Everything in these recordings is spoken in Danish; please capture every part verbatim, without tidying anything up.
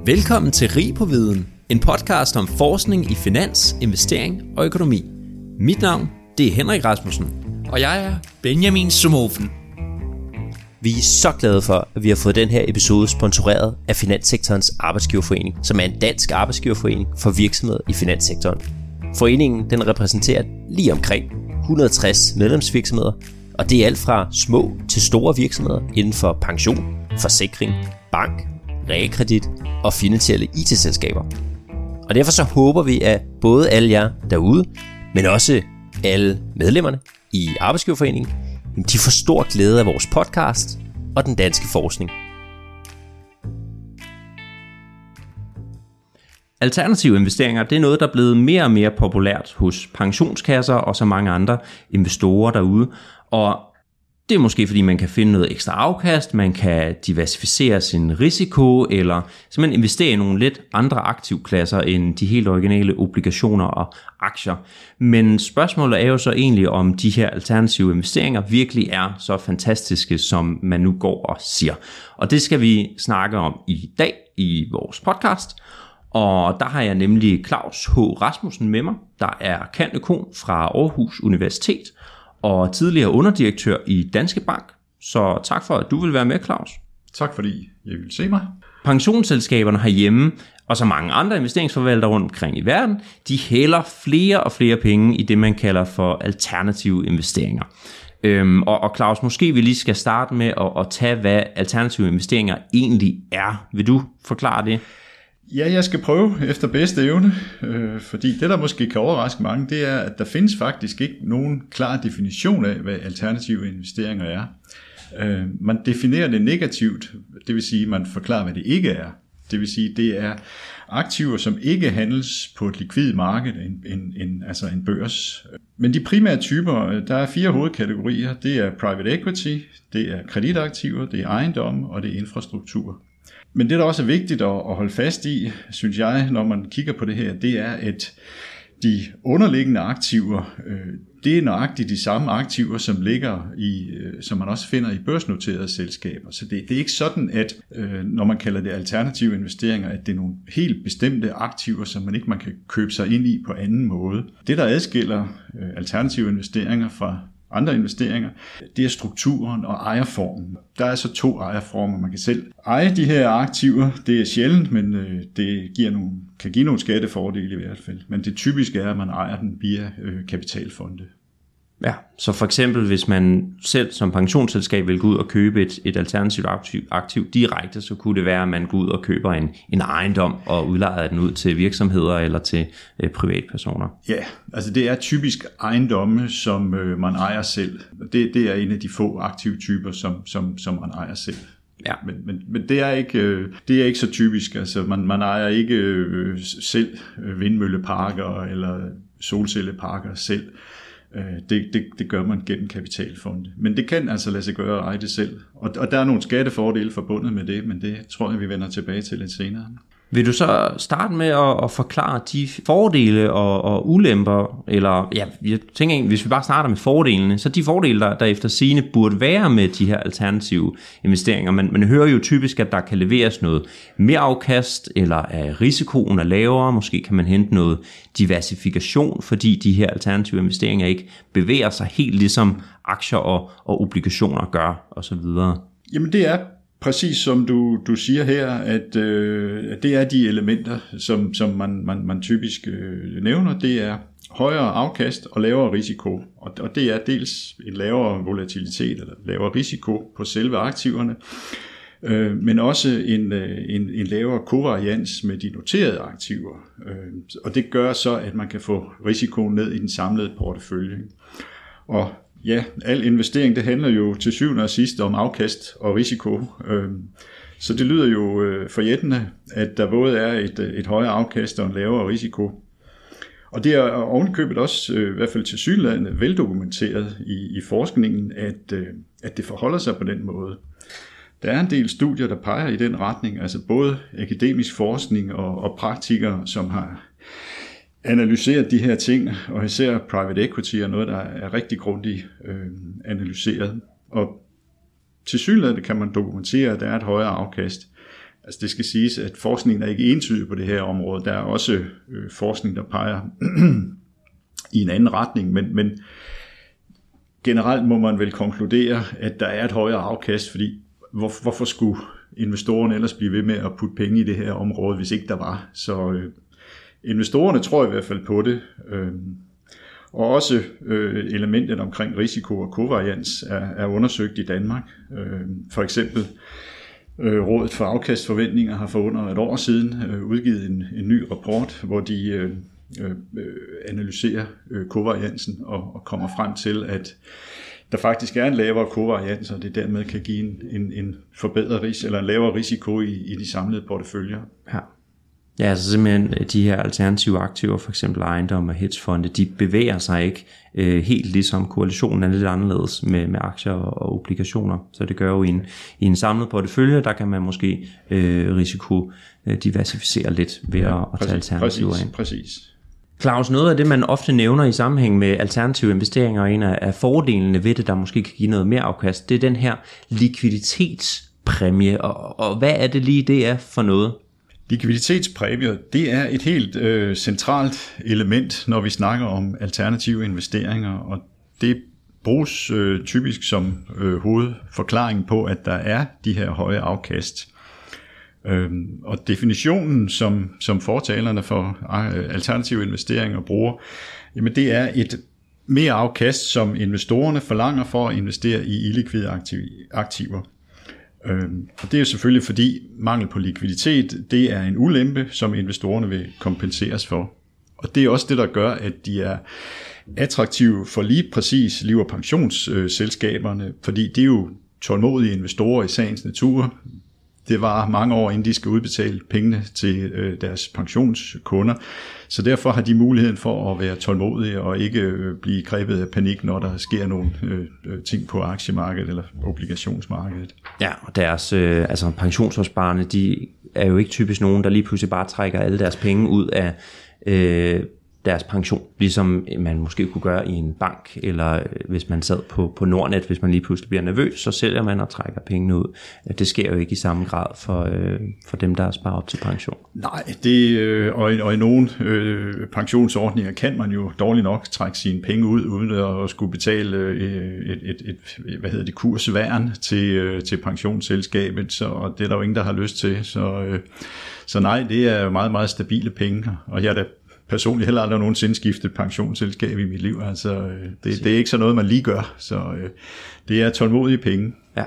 Velkommen til Rig på Viden, en podcast om forskning i finans, investering og økonomi. Mit navn, det er Henrik Rasmussen. Og jeg er Benjamin Somofen. Vi er så glade for, at vi har fået den her episode sponsoreret af Finanssektorens Arbejdsgiverforening, som er en dansk arbejdsgiverforening for virksomheder i finanssektoren. Foreningen den repræsenterer lige omkring et hundrede og tres medlemsvirksomheder, og det er alt fra små til store virksomheder inden for pension, forsikring, bank, realkredit og finansielle I T-selskaber. Og derfor så håber vi, at både alle jer derude, men også alle medlemmerne i Arbejdsgiverforeningen, de får stor glæde af vores podcast og den danske forskning. Alternative investeringer, det er noget, der er blevet mere og mere populært hos pensionskasser og så mange andre investorer derude. Og det er måske fordi man kan finde noget ekstra afkast, man kan diversificere sin risiko, eller simpelthen investere i nogle lidt andre aktivklasser end de helt originale obligationer og aktier. Men spørgsmålet er jo så egentlig, om de her alternative investeringer virkelig er så fantastiske, som man nu går og siger. Og det skal vi snakke om i dag i vores podcast. Og der har jeg nemlig Claus H. Rasmussen med mig, der er cand.økonom fra Aarhus Universitet og tidligere underdirektør i Danske Bank. Så tak for, at du vil være med, Claus. Tak fordi I vil se mig. Pensionsselskaberne herhjemme, og så mange andre investeringsforvaltere rundt omkring i verden, de hælder flere og flere penge i det, man kalder for alternative investeringer. Øhm, og, og Claus, måske vi lige skal starte med at, at tage, hvad alternative investeringer egentlig er. Vil du forklare det? Ja, jeg skal prøve efter bedste evne, øh, fordi det, der måske kan overraske mange, det er, at der findes faktisk ikke nogen klar definition af, hvad alternative investeringer er. Øh, man definerer det negativt, det vil sige, at man forklarer, hvad det ikke er. Det vil sige, at det er aktiver, som ikke handles på et likvid marked, en, en, en, altså en børs. Men de primære typer, der er fire hovedkategorier. Det er private equity, det er kreditaktiver, det er ejendom og det er infrastruktur. Men det, der også er vigtigt at holde fast i, synes jeg, når man kigger på det her, det er, at de underliggende aktiver, det er nøjagtigt de samme aktiver, som ligger i, som man også finder i børsnoterede selskaber. Så det, det er ikke sådan, at når man kalder det alternative investeringer, at det er nogle helt bestemte aktiver, som man ikke man kan købe sig ind i på anden måde. Det, der adskiller alternative investeringer fra andre investeringer, det er strukturen og ejerformen. Der er så to ejerformer. Man kan selv eje de her aktiver. Det er sjældent, men det giver nogle, kan give nogle skattefordele i hvert fald. Men det typiske er, at man ejer den via kapitalfonde. Ja, så for eksempel hvis man selv som pensionsselskab vil gå ud og købe et, et alternativt aktiv, aktiv direkte, så kunne det være, at man går ud og køber en, en ejendom og udlejer den ud til virksomheder eller til øh, privatpersoner. Ja, altså det er typisk ejendomme, som øh, man ejer selv. Det, det er en af de få aktive typer, som, som, som man ejer selv. Ja. Men, men, men det er ikke øh, det er ikke så typisk. Altså man, man ejer ikke øh, selv vindmølleparker eller solcelleparker selv. Det, det, det gør man gennem kapitalfonde. Men det kan altså lade sig gøre at eje det selv. Og, og der er nogle skattefordele forbundet med det, men det tror jeg, vi vender tilbage til lidt senere. Vil du så starte med at, at forklare de fordele og, og ulemper, eller ja, jeg tænker egentlig, hvis vi bare starter med fordelene, så de fordele, der, der efter sigende burde være med de her alternative investeringer. Man, man hører jo typisk, at der kan leveres noget mere afkast, eller at risikoen er lavere, måske kan man hente noget diversifikation, fordi de her alternative investeringer ikke bevæger sig helt ligesom aktier og, og obligationer gør, osv. Jamen det er præcis som du, du siger her, at, øh, at det er de elementer, som, som man, man, man typisk øh, nævner. Det er højere afkast og lavere risiko. Og, og det er dels en lavere volatilitet eller lavere risiko på selve aktiverne, øh, men også en, en, en lavere kovarians med de noterede aktiver. Øh, og det gør så, at man kan få risikoen ned i den samlede portefølje. Og ja, al investering, det handler jo til syvende og sidst om afkast og risiko. Så det lyder jo forjættende, at der både er et, et højere afkast og en lavere risiko. Og det er ovenikøbet også, i hvert fald tilsyneladende, veldokumenteret i, i forskningen, at, at det forholder sig på den måde. Der er en del studier, der peger i den retning, altså både akademisk forskning og, og praktikere, som har analyseret de her ting, og især private equity er noget, der er rigtig grundigt øh, analyseret. Og tilsyneladende kan man dokumentere, at der er et højere afkast. Altså det skal siges, at forskningen er ikke entydig på det her område. Der er også øh, forskning, der peger i en anden retning, men, men generelt må man vel konkludere, at der er et højere afkast, fordi hvor, hvorfor skulle investorerne ellers blive ved med at putte penge i det her område, hvis ikke der var? Så øh, investorerne tror i hvert fald på det. Øh, og også øh, elementet omkring risiko og kovarians er, er undersøgt i Danmark. Øh, for eksempel øh, Rådet for Afkastforventninger har for under et år siden øh, udgivet en, en ny rapport, hvor de øh, øh, analyserer øh, kovariansen og, og kommer frem til, at der faktisk er en lavere kovarians, og det dermed kan give en, en, en forbedret risiko, eller en lavere risiko i, i de samlede porteføljer. Ja. Ja, altså simpelthen de her alternative aktiver, for eksempel ejendom og hedgefonde, de bevæger sig ikke øh, helt ligesom koalitionen er lidt anderledes med, med aktier og, og obligationer. Så det gør jo i en, i en samlet portefølje, der kan man måske øh, risiko øh, diversificere lidt ved ja, at, at tage alternativer præcis, ind. Præcis. Claus, noget af det, man ofte nævner i sammenhæng med alternative investeringer, og en af fordelene ved det, der måske kan give noget mere afkast, det er den her likviditetspræmie. Og, og hvad er det lige, det er for noget? Likviditetspræmier, det er et helt øh, centralt element, når vi snakker om alternative investeringer, og det bruges øh, typisk som øh, hovedforklaring på, at der er de her høje afkast. Øhm, og definitionen, som, som fortalerne for øh, alternative investeringer bruger, jamen det er et mere afkast, som investorerne forlanger for at investere i illikvide aktiver. Øhm, og det er jo selvfølgelig fordi mangel på likviditet, det er en ulempe, som investorerne vil kompenseres for. Og det er også det, der gør, at de er attraktive for lige præcis liv- og pensionsselskaberne, fordi det er jo tålmodige investorer i sagens natur. Det var mange år, inden de skal udbetale pengene til øh, deres pensionskunder. Så derfor har de muligheden for at være tålmodige og ikke øh, blive grebet af panik, når der sker nogle øh, ting på aktiemarkedet eller obligationsmarkedet. Ja, og deres øh, altså pensionsopsparerne, de er jo ikke typisk nogen, der lige pludselig bare trækker alle deres penge ud af øh, deres pension, ligesom man måske kunne gøre i en bank, eller hvis man sad på, på Nordnet, hvis man lige pludselig bliver nervøs, så sælger man og trækker pengene ud. Det sker jo ikke i samme grad for, øh, for dem, der sparer op til pension. Nej, det, øh, og, i, og i nogle øh, pensionsordninger kan man jo dårligt nok trække sine penge ud, uden at skulle betale øh, et, et, et, hvad hedder det, kursværn til, øh, til pensionsselskabet, så, og det er der jo ingen, der har lyst til. Så, øh, så nej, det er meget, meget stabile penge, og jeg er da personligt heller aldrig nogensinde skiftet pensionsselskab i mit liv. Altså, det, det er ikke så noget, man lige gør. Så øh, det er tålmodige penge. Ja.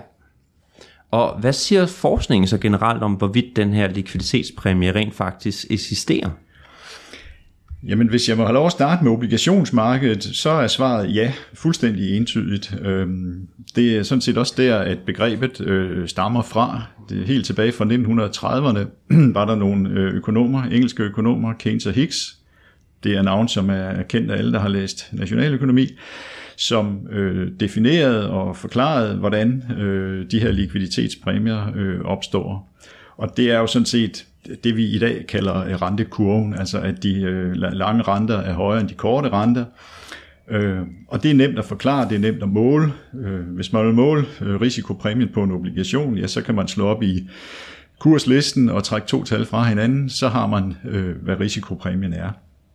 Og hvad siger forskningen så generelt om, hvorvidt den her likviditetspræmie rent faktisk eksisterer? Jamen, hvis jeg må have lov at starte med obligationsmarkedet, så er svaret ja, fuldstændig entydigt. Det er sådan set også der, at begrebet stammer fra. Det er helt tilbage fra nitten trediverne var der nogle økonomer, engelske økonomer, Keynes og Hicks. Det er navn, som er kendt af alle, der har læst nationaløkonomi, som øh, definerede og forklarede, hvordan øh, de her likviditetspræmier øh, opstår. Og det er jo sådan set det, vi i dag kalder rentekurven, altså at de øh, lange renter er højere end de korte renter. Øh, og det er nemt at forklare, det er nemt at måle. Øh, hvis man vil måle øh, risikopræmien på en obligation, ja, så kan man slå op i kurslisten og trække to tal fra hinanden, så har man, øh, hvad risikopræmien er.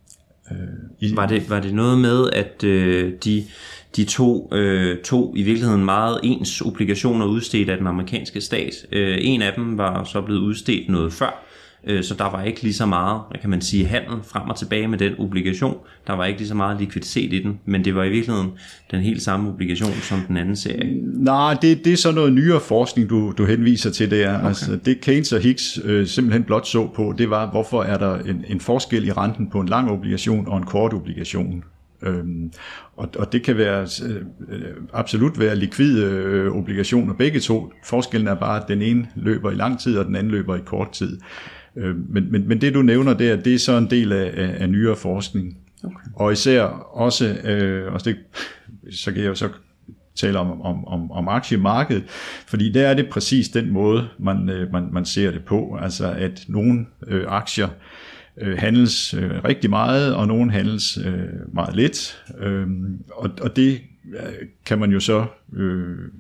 I, var, det, var det noget med, at øh, de, de to, øh, to i virkeligheden meget ens obligationer udstedt af den amerikanske stat? Øh, en af dem var så blevet udstedt noget før, øh, så der var ikke lige så meget, kan man sige, handel frem og tilbage med den obligation. Der var ikke lige så meget likviditet i den, men det var i virkeligheden den helt samme obligation som den anden serie. Nej, det, det er så noget nyere forskning, du, du henviser til der. Okay. Altså, det Keynes og Hicks øh, simpelthen blot så på, det var, hvorfor er der en, en forskel i renten på en lang obligation og en kort obligation. Øhm, og, og det kan være øh, absolut være likvide øh, obligationer, begge to. Forskellen er bare, at den ene løber i lang tid, og den anden løber i kort tid. Øh, men, men, men det du nævner der, det er så en del af, af, af nyere forskning. Okay. Og især også, øh, også det, så kan jeg jo så tale om, om, om, om aktiemarkedet, fordi der er det præcis den måde, man, øh, man, man ser det på, altså at nogle øh, aktier øh, handles øh, rigtig meget, og nogle handles øh, meget lidt, øh, og, og det kan man jo så øh,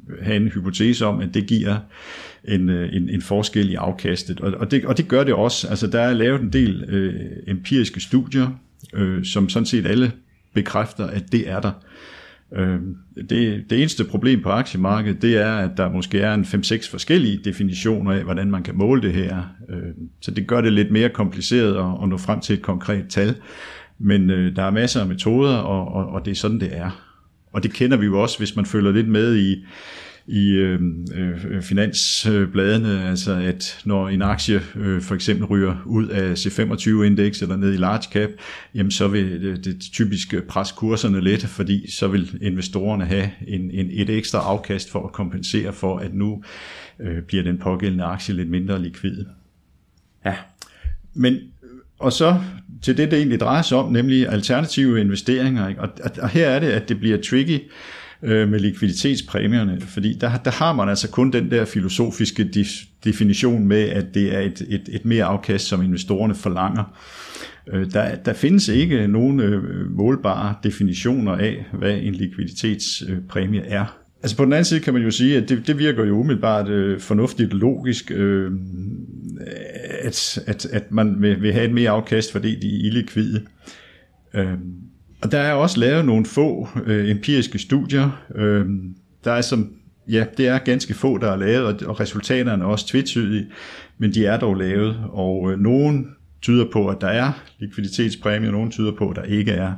have en hypotese om, at det giver en, en, en forskel i afkastet. Og, og, det, og det gør det også. Altså, der er lavet en del øh, empiriske studier, øh, som sådan set alle bekræfter, at det er der. Øh, det, det eneste problem på aktiemarkedet, det er, at der måske er en fem seks forskellige definitioner af, hvordan man kan måle det her. Øh, så det gør det lidt mere kompliceret at, at nå frem til et konkret tal. Men øh, der er masser af metoder, og, og, og det er sådan, det er. Og det kender vi jo også, hvis man følger lidt med i, i øh, øh, finansbladene, altså at når en aktie øh, for eksempel ryger ud af C femogtyve-indeks eller ned i large cap, jamen så vil det, det typisk presse kurserne lidt, fordi så vil investorerne have en, en, et ekstra afkast for at kompensere for, at nu øh, bliver den pågældende aktie lidt mindre likvid. Ja. Men og så til det, det egentlig drejer sig om, nemlig alternative investeringer. Ikke? Og, og her er det, at det bliver tricky øh, med likviditetspræmierne, fordi der, der har man altså kun den der filosofiske def, definition med, at det er et, et, et mere afkast, som investorerne forlanger. Øh, der, der findes ikke nogen øh, målbare definitioner af, hvad en likviditetspræmie er. Altså på den anden side kan man jo sige, at det, det virker jo umiddelbart øh, fornuftigt logisk, øh, at, at, at man vil, vil have et mere afkast, fordi de er illikvide. Øh, og der er også lavet nogle få øh, empiriske studier. Øh, der er som, ja, det er ganske få, der er lavet, og, og resultaterne er også tvetydige, men de er dog lavet, og øh, nogen tyder på, at der er likviditetspræmie, og nogen tyder på, at der ikke er.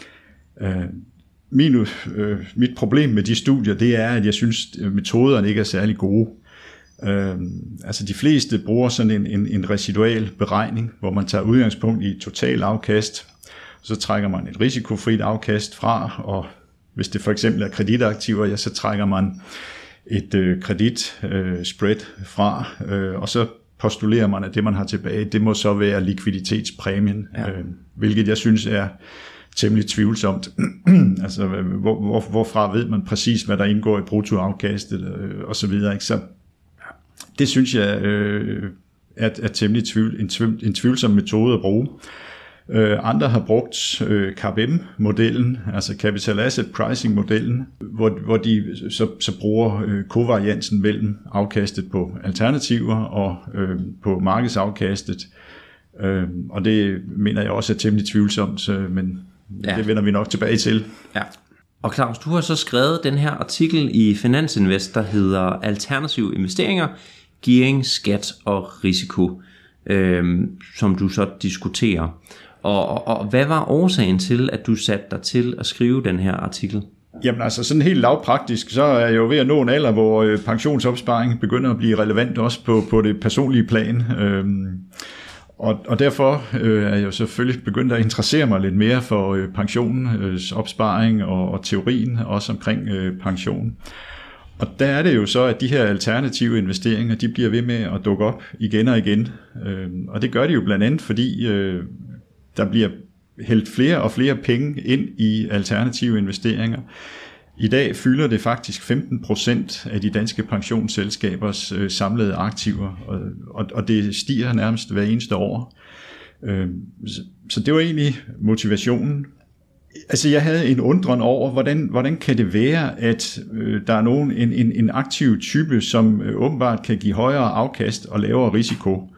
Øh, Min, øh, mit problem med de studier, det er, at jeg synes, at metoderne ikke er særlig gode. Øh, altså de fleste bruger sådan en, en, en residual beregning, hvor man tager udgangspunkt i total afkast, så trækker man et risikofrit afkast fra, og hvis det for eksempel er kreditaktiver, ja, så trækker man et øh, kreditspread øh, fra, øh, og så postulerer man, at det man har tilbage, det må så være likviditetspræmien, ja. øh, hvilket jeg synes er temmelig tvivlsomt. Altså, hvor, hvor, hvorfra ved man præcis, hvad der indgår i bruttoafkastet øh, og så videre. Ikke? Så det synes jeg øh, er, er temmelig tvivl, en, tvivl, en tvivlsom metode at bruge. Øh, andre har brugt øh, C A P M-modellen, altså Capital Asset Pricing-modellen, hvor, hvor de så, så bruger øh, kovariansen mellem afkastet på alternativer og øh, på markedsafkastet. Øh, og det mener jeg også er temmelig tvivlsomt, men ja. Det vender vi nok tilbage til. Ja. Og Claus, du har så skrevet den her artikel i Finansinvest, der hedder Alternative investeringer, gearing, skat og risiko, øhm, som du så diskuterer. Og, og, og hvad var årsagen til, at du satte dig til at skrive den her artikel? Jamen altså sådan helt lavpraktisk, så er jeg jo ved at nå en alder, hvor øh, pensionsopsparing begynder at blive relevant også på, på det personlige plan. Øhm, Og, og derfor øh, er jeg jo selvfølgelig begyndt at interessere mig lidt mere for øh, pensionens øh, opsparing og, og teorien også omkring øh, pension. Og der er det jo så, at de her alternative investeringer, de bliver ved med at dukke op igen og igen. Øh, og det gør de jo blandt andet, fordi øh, der bliver hældt flere og flere penge ind i alternative investeringer. I dag fylder det faktisk femten procent af de danske pensionsselskabers øh, samlede aktiver, og, og, og det stiger nærmest hver eneste år. Øh, så, så det var egentlig motivationen. Altså jeg havde en undren over, hvordan, hvordan kan det være, at øh, der er nogen, en, en, en aktiv type, som øh, åbenbart kan give højere afkast og lavere risiko.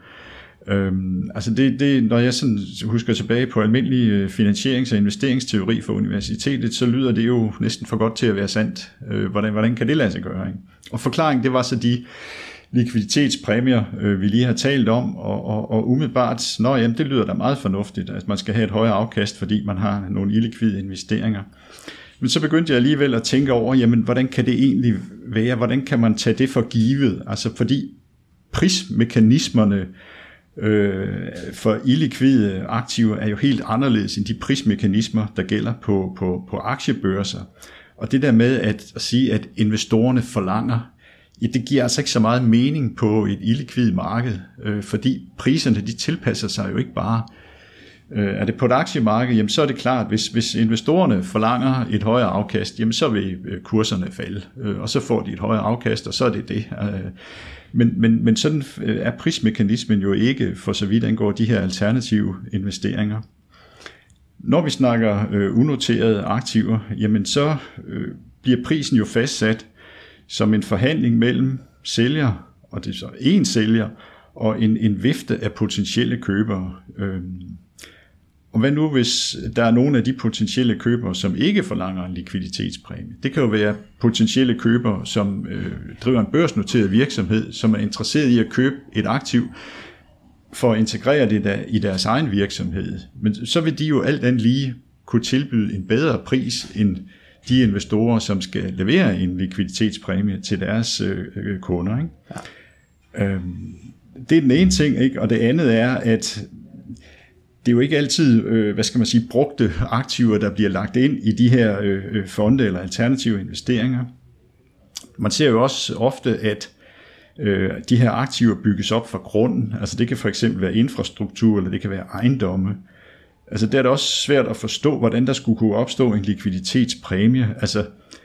Øhm, altså det, det, når jeg sådan husker tilbage på almindelig finansierings- og investeringsteori for universitetet, så lyder det jo næsten for godt til at være sandt. Øh, hvordan, hvordan kan det lade sig gøre? Ikke? Og forklaringen, det var så de likviditetspræmier, øh, vi lige har talt om, og, og, og umiddelbart, nå jamen, det lyder da meget fornuftigt, at man skal have et højere afkast, fordi man har nogle illikvide investeringer. Men så begyndte jeg alligevel at tænke over, jamen, hvordan kan det egentlig være? Hvordan kan man tage det for givet? Altså fordi prismekanismerne øh, for illikvide aktiver er jo helt anderledes end de prismekanismer, der gælder på, på, på aktiebørser. Og det der med at, at sige, at investorerne forlanger, ja, det giver altså ikke så meget mening på et illikvid marked, øh, fordi priserne de tilpasser sig jo ikke bare. Øh, er det på et aktiemarked, jamen så er det klart, hvis, hvis investorerne forlanger et højere afkast, jamen så vil øh, kurserne falde, øh, og så får de et højere afkast, og så er det det. Øh, men, men, men sådan er prismekanismen jo ikke, for så vidt angår de her alternative investeringer. Når vi snakker øh, unoterede aktiver, jamen så øh, bliver prisen jo fastsat som en forhandling mellem sælger, og det er så én sælger, og en, en vifte af potentielle købere. Og hvad nu, hvis der er nogle af de potentielle købere, som ikke forlanger en likviditetspræmie? Det kan jo være potentielle købere, som øh, driver en børsnoteret virksomhed, som er interesseret i at købe et aktiv for at integrere det der, i deres egen virksomhed. Men så vil de jo alt andet lige kunne tilbyde en bedre pris end de investorer, som skal levere en likviditetspræmie til deres øh, kunder. Ikke? Ja. Øhm, det er den ene ting, ikke? Og det andet er, at det er jo ikke altid, øh, hvad skal man sige, brugte aktiver, der bliver lagt ind i de her øh, fonde eller alternative investeringer. Man ser jo også ofte, at øh, de her aktiver bygges op fra grunden. Altså det kan for eksempel være infrastruktur, eller det kan være ejendomme. Altså der er det også svært at forstå, hvordan der skulle kunne opstå en likviditetspræmie. Altså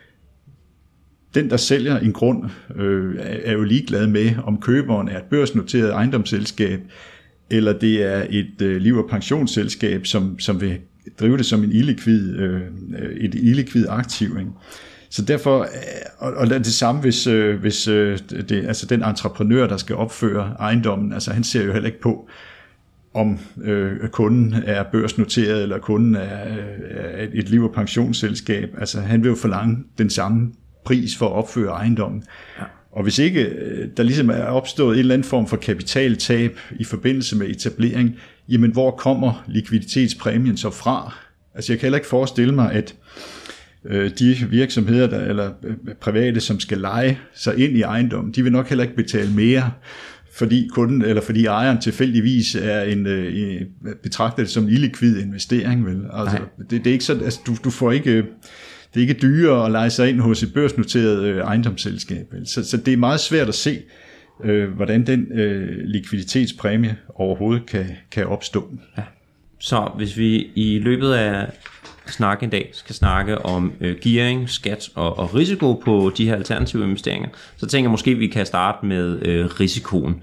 den, der sælger en grund, øh, er jo ligeglad med, om køberen er et børsnoteret ejendomsselskab, eller det er et øh, liv- og pensionsselskab, som, som vil drive det som en illikvid, øh, et illikvid aktiv. Ikke? Så derfor, og, og det samme, hvis, øh, hvis øh, det, altså den entreprenør, der skal opføre ejendommen, altså han ser jo heller ikke på, om øh, kunden er børsnoteret, eller kunden er, øh, er et liv- og pensionsselskab. Altså han vil jo forlange den samme pris for at opføre ejendommen. Ja. Og hvis ikke der ligesom er opstået en eller anden form for kapitaltab i forbindelse med etablering, jamen hvor kommer likviditetspræmien så fra? Altså jeg kan heller ikke forestille mig, at øh, de virksomheder der, eller private, som skal leje sig ind i ejendommen, de vil nok heller ikke betale mere, fordi kunden eller fordi ejeren tilfældigvis er en øh, betragter det som en illikvid investering, vel? Altså det, det er ikke så, altså du, du får ikke Det er ikke dyrere at leje sig ind hos et børsnoteret øh, ejendomsselskab. Så, så det er meget svært at se, øh, hvordan den øh, likviditetspræmie overhovedet kan, kan opstå. Ja. Så hvis vi i løbet af snakken i dag skal snakke om øh, gearing, skat og, og risiko på de her alternative investeringer, så tænker jeg måske, at vi kan starte med øh, risikoen.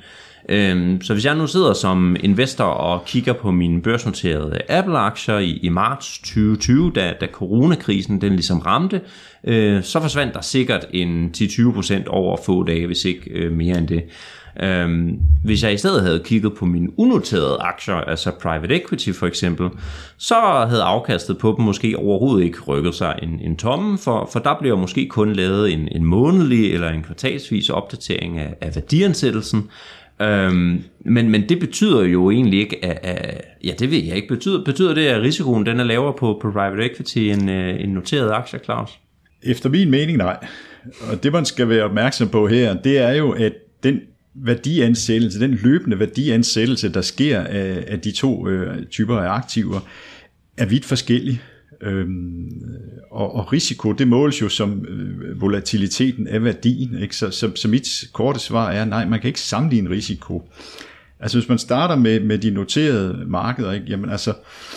Så hvis jeg nu sidder som investor og kigger på mine børsnoterede Apple-aktier i, i marts tyve tyve, da, da coronakrisen den ligesom ramte, øh, så forsvandt der sikkert en ti til tyve procent over få dage, hvis ikke øh, mere end det. Øh, hvis jeg i stedet havde kigget på mine unoterede aktier, altså private equity for eksempel, så havde afkastet på dem måske overhovedet ikke rykket sig en, en tomme, for, for der bliver måske kun lavet en, en månedlig eller en kvartalsvis opdatering af, af værdiansættelsen. Øhm, men, men det betyder jo egentlig ikke, at, at ja, det ved jeg ikke, betyder, betyder det, at risikoen den er lavere på, på private equity end, uh, end noterede aktier, Claus? Efter min mening, nej. Og det man skal være opmærksom på her, det er jo, at den værdiansættelse, den løbende værdiansættelse, der sker af, af de to øh, typer af aktiver, er vidt forskellige. Øhm, og, og risiko, det måles jo som øh, volatiliteten af værdien, ikke? Så, så, så mit korte svar er, nej, man kan ikke sammenligne risiko. Altså hvis man starter med, med de noterede markeder, ikke? Jamen altså,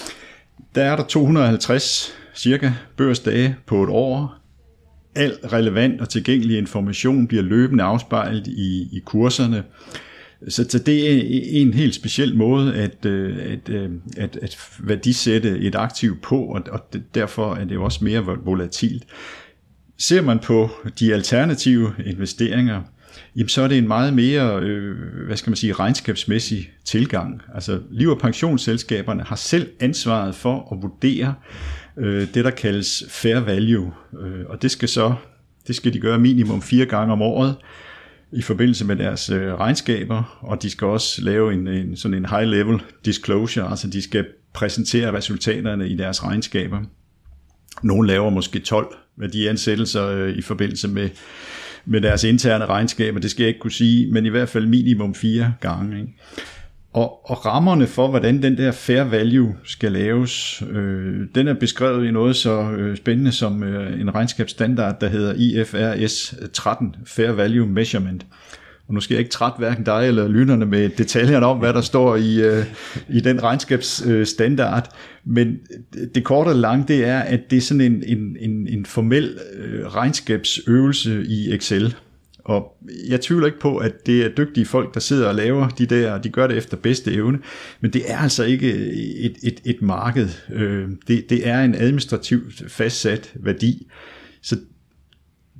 der er der to hundrede og halvtreds cirka børsdage på et år. Al relevant og tilgængelig information bliver løbende afspejlet i, i kurserne. Så, så det er en helt speciel måde at, at, at, at værdisætte et aktiv på, og derfor er det også mere volatilt. Ser man på de alternative investeringer, jamen så er det en meget mere, øh, hvad skal man sige, regnskabsmæssig tilgang. Altså liv- og pensionsselskaberne har selv ansvaret for at vurdere øh, det, der kaldes fair value, øh, og det skal så det skal de gøre minimum fire gange om året i forbindelse med deres øh, regnskaber, og de skal også lave en, en sådan en high level disclosure, altså de skal præsentere resultaterne i deres regnskaber. Nogle laver måske tolv værdiansættelser øh, i forbindelse med, med deres interne regnskaber, det skal jeg ikke kunne sige, men i hvert fald minimum fire gange. Ikke? Og, og rammerne for, hvordan den der fair value skal laves, øh, den er beskrevet i noget så øh, spændende som øh, en regnskabsstandard, der hedder I F R S tretten, Fair Value Measurement. Og nu skal jeg ikke trætte hverken dig eller lytterne med detaljerne om, hvad der står i, øh, i den regnskabsstandard, men det korte og lange, det er, at det er sådan en, en, en, en formel øh, regnskabsøvelse i Excel. Og jeg tvivler ikke på, at det er dygtige folk, der sidder og laver de der, og de gør det efter bedste evne, men det er altså ikke et, et, et marked. Det, det er en administrativt fastsat værdi. Så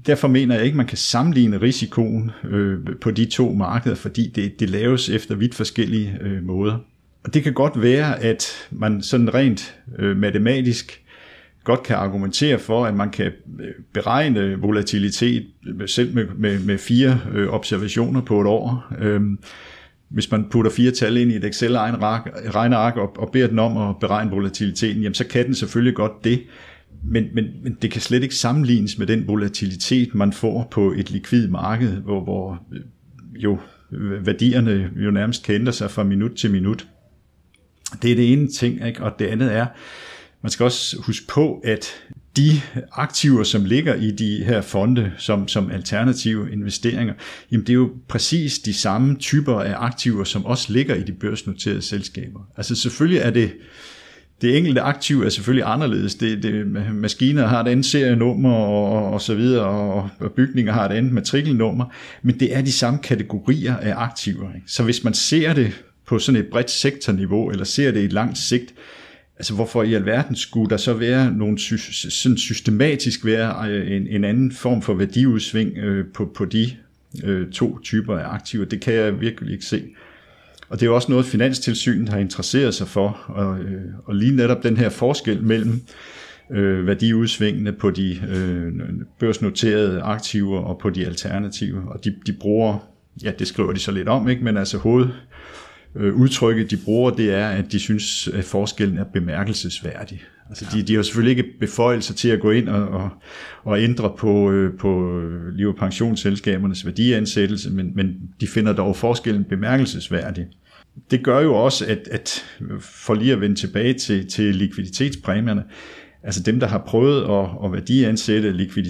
derfor mener jeg ikke, man kan sammenligne risikoen øh, på de to markeder, fordi det, det laves efter vidt forskellige øh, måder. Og det kan godt være, at man sådan rent øh, matematisk godt kan argumentere for, at man kan beregne volatilitet selv med, med, med fire øh, observationer på et år. Øhm, hvis man putter fire tal ind i et Excel-regneark og, og beder den om at beregne volatiliteten, jamen så kan den selvfølgelig godt det, men, men, men det kan slet ikke sammenlignes med den volatilitet, man får på et likvid marked, hvor, hvor jo værdierne jo nærmest kan ændre sig fra minut til minut. Det er det ene ting, ikke? Og det andet er, man skal også huske på, at de aktiver, som ligger i de her fonde som, som alternative investeringer, jamen det er jo præcis de samme typer af aktiver, som også ligger i de børsnoterede selskaber. Altså selvfølgelig er det, det enkelte aktiv er selvfølgelig anderledes. Det, det, maskiner har et andet serienummer og, og så videre, og, og bygninger har et andet matrikelnummer, men det er de samme kategorier af aktiver. Ikke? Så hvis man ser det på sådan et bredt sektorniveau, eller ser det i et langt sigt, altså hvorfor i alverden skulle der så være nogle sådan systematisk være en, en anden form for værdiudsving øh, på, på de øh, to typer af aktiver? Det kan jeg virkelig ikke se. Og det er jo også noget, Finanstilsynet har interesseret sig for, og, øh, og lige netop den her forskel mellem øh, værdiudsvingene på de øh, børsnoterede aktiver og på de alternative, og de, de bruger, ja det skriver de så lidt om, ikke, men altså hoved udtrykket, de bruger, det er, at de synes, at forskellen er bemærkelsesværdig. Altså, de, de har selvfølgelig ikke beføjelser til at gå ind og, og, og ændre på, på liv- og pensionsselskabernes værdiansættelse, men, men de finder dog forskellen bemærkelsesværdig. Det gør jo også, at, at for lige at vende tilbage til, til likviditetspræmierne, altså dem, der har prøvet at, at værdiansætte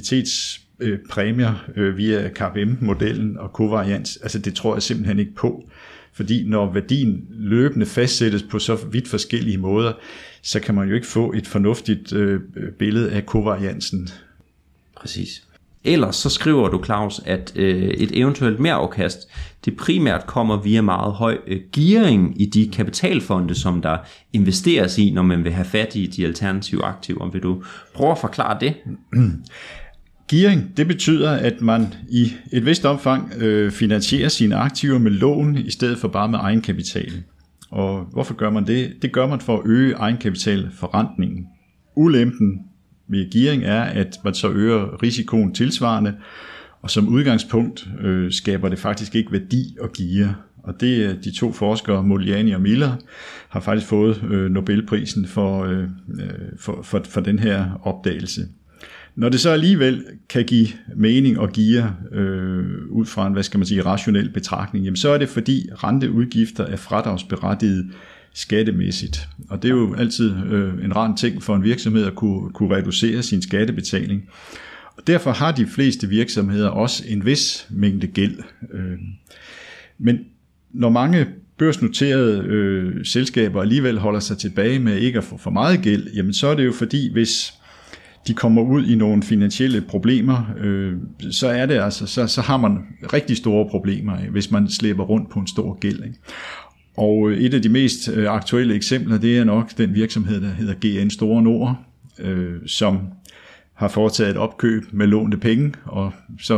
likviditetspræmier øh, via K P M-modellen og kovarians, altså det tror jeg simpelthen ikke på. Fordi når værdien løbende fastsættes på så vidt forskellige måder, så kan man jo ikke få et fornuftigt øh, billede af kovariansen. Præcis. Ellers så skriver du, Claus, at øh, et eventuelt merafkast, det primært kommer via meget høj øh, gearing i de kapitalfonde, som der investeres i, når man vil have fat i de alternative aktiver. Vil du prøve at forklare det? Gearing, det betyder, at man i et vist omfang øh, finansierer sine aktiver med lån, i stedet for bare med egenkapital. Og hvorfor gør man det? Det gør man for at øge egenkapitalforrentningen. Ulempen ved gearing er, at man så øger risikoen tilsvarende, og som udgangspunkt øh, skaber det faktisk ikke værdi at geare. Og det er de to forskere, Modigliani og Miller, har faktisk fået øh, Nobelprisen for, øh, for, for, for den her opdagelse. Når det så alligevel kan give mening og geare øh, ud fra en, hvad skal man sige, rationel betragtning, jamen så er det fordi renteudgifter er fradragsberettiget skattemæssigt. Og det er jo altid øh, en rar ting for en virksomhed at kunne, kunne reducere sin skattebetaling. Og derfor har de fleste virksomheder også en vis mængde gæld. Øh, men når mange børsnoterede øh, selskaber alligevel holder sig tilbage med ikke at få for meget gæld, jamen så er det jo fordi, hvis de kommer ud i nogle finansielle problemer, øh, så er det altså, så, så har man rigtig store problemer, hvis man slæber rundt på en stor gæld. Ikke? Og et af de mest øh, aktuelle eksempler, det er nok den virksomhed, der hedder G N Store Nord, øh, som har foretaget et opkøb med lånte penge, og så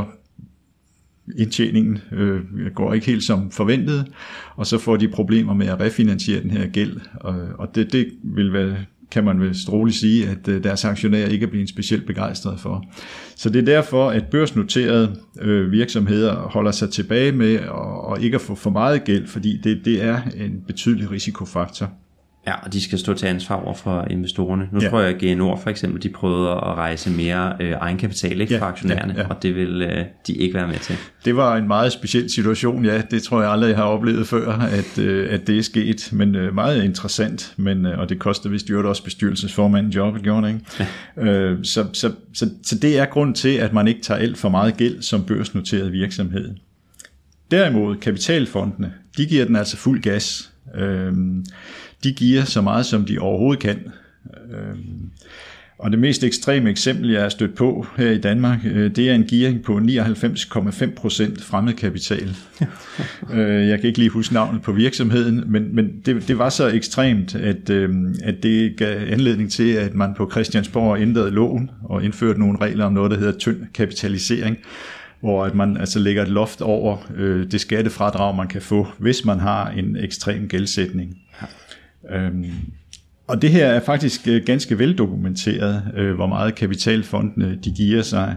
indtjeningen øh, går ikke helt som forventet, og så får de problemer med at refinansiere den her gæld, og, og det, det vil være, kan man vel roligt sige, at deres aktionærer ikke er blevet specielt begejstrede for. Så det er derfor, at børsnoterede øh, virksomheder holder sig tilbage med og, og ikke at få for meget gæld, fordi det, det er en betydelig risikofaktor. Ja, og de skal stå til ansvar over for investorerne. Nu ja. tror jeg, at G N Nord for eksempel, de prøvede at rejse mere øh, egenkapital ikke, ja, for aktionærerne, ja, ja. Og det vil øh, de ikke være med til. Det var en meget speciel situation, ja. Det tror jeg aldrig, jeg har oplevet før, at, øh, at det er sket. Men øh, meget interessant, men, øh, og det koster vist jo også bestyrelsesformanden jobbet, gjorde det, ikke? Ja. Øh, så, så, så, så det er grund til, at man ikke tager alt for meget gæld som børsnoteret virksomhed. Derimod, kapitalfondene, de giver den altså fuld gas. Øh, De giver så meget, som de overhovedet kan. Og det mest ekstreme eksempel, jeg er stødt på her i Danmark, det er en gearing på nioghalvfems komma fem procent fremmed kapital. Jeg kan ikke lige huske navnet på virksomheden, men, men det, det var så ekstremt, at, at det gav anledning til, at man på Christiansborg ændrede loven og indførte nogle regler om noget, der hedder tynd kapitalisering, hvor at man altså lægger et loft over øh, det skattefradrag, man kan få, hvis man har en ekstrem gældsætning. Ja. Øhm, Og det her er faktisk ganske veldokumenteret, hvor meget kapitalfondene de giver sig.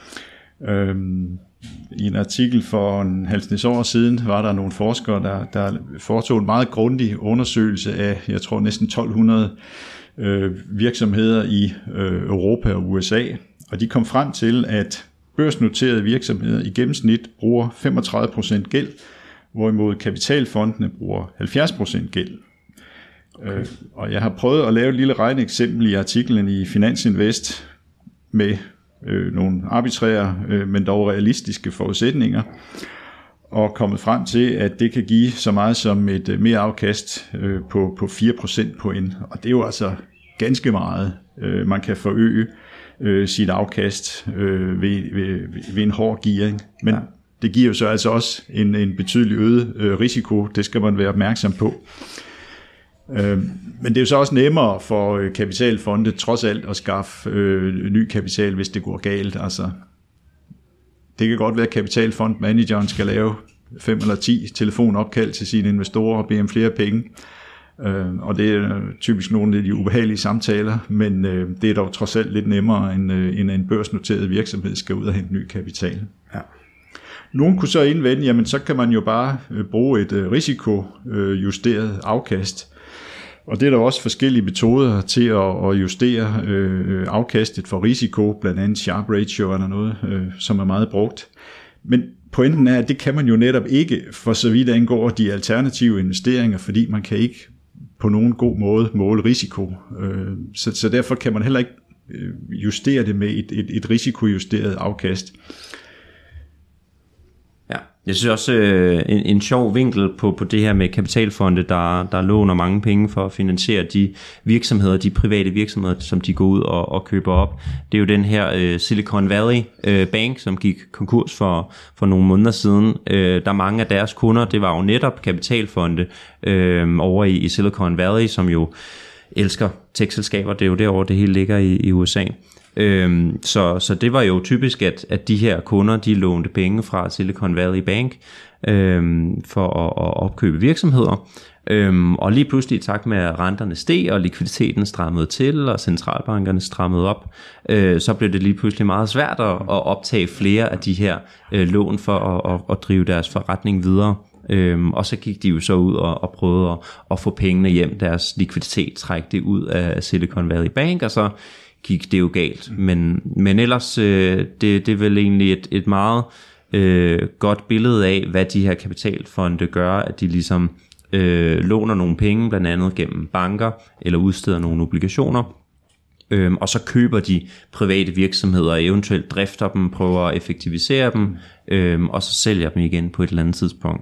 I en artikel for en halvsnes år siden var der nogle forskere, der, der foretog en meget grundig undersøgelse af, jeg tror næsten tolv hundrede virksomheder i Europa og U S A. Og de kom frem til, at børsnoterede virksomheder i gennemsnit bruger femogtredive procent gæld, hvorimod kapitalfondene bruger halvfjerds procent gæld. Okay. Øh, og jeg har prøvet at lave et lille regneeksempel i artiklen i Finansinvest med øh, nogle arbitrære, øh, men dog realistiske forudsætninger, og kommet frem til, at det kan give så meget som et øh, mere afkast øh, på, på fire procentpoint. Og det er jo altså ganske meget. Øh, man kan forøge øh, sit afkast øh, ved, ved, ved en hård gearing. Men ja. Det giver jo så altså også en, en betydelig øget øh, risiko. Det skal man være opmærksom på. Men det er jo så også nemmere for kapitalfonde trods alt at skaffe øh, ny kapital, hvis det går galt. Altså, det kan godt være, at kapitalfondmanageren skal lave fem eller ti telefonopkald til sine investorer og bede om flere penge. Øh, og det er typisk nogle af de ubehagelige samtaler, men øh, det er dog trods alt lidt nemmere, end, øh, end en børsnoteret virksomhed skal ud og hente ny kapital. Ja. Nogen kunne så indvende, jamen så kan man jo bare bruge et øh, risikojusteret afkast. Og det er der også forskellige metoder til at justere øh, afkastet for risiko, blandt andet Sharpe ratio eller noget, øh, som er meget brugt. Men pointen er, at det kan man jo netop ikke, for så vidt angår de alternative investeringer, fordi man kan ikke på nogen god måde måle risiko. Øh, så, så derfor kan man heller ikke justere det med et, et, et risikojusteret afkast. Ja, jeg synes også øh, en, en sjov vinkel på, på det her med kapitalfonde, der, der låner mange penge for at finansiere de virksomheder, de private virksomheder, som de går ud og, og køber op. Det er jo den her øh, Silicon Valley øh, Bank, som gik konkurs for, for nogle måneder siden. Øh, der mange af deres kunder, det var jo netop kapitalfonde øh, over i, i Silicon Valley, som jo elsker tech-selskaber. Det er jo derovre, det hele ligger i, i U S A. Øhm, så, så det var jo typisk, at, at de her kunder, de lånte penge fra Silicon Valley Bank øhm, for at, at opkøbe virksomheder. Øhm, og lige pludselig i takt med, at renterne steg, og likviditeten strammede til, og centralbankerne strammede op, øh, så blev det lige pludselig meget svært at, at optage flere af de her øh, lån for at, at, at drive deres forretning videre. Øhm, og så gik de jo så ud og, og prøvede at, at få pengene hjem, deres likviditet, trække det ud af Silicon Valley Bank, og så gik det jo galt. Men, men ellers, øh, det, det er vel egentlig et, et meget øh, godt billede af, hvad de her kapitalfonde gør, at de ligesom øh, låner nogle penge, blandt andet gennem banker, eller udsteder nogle obligationer, øh, og så køber de private virksomheder, eventuelt drifter dem, prøver at effektivisere dem, øh, og så sælger dem igen på et eller andet tidspunkt.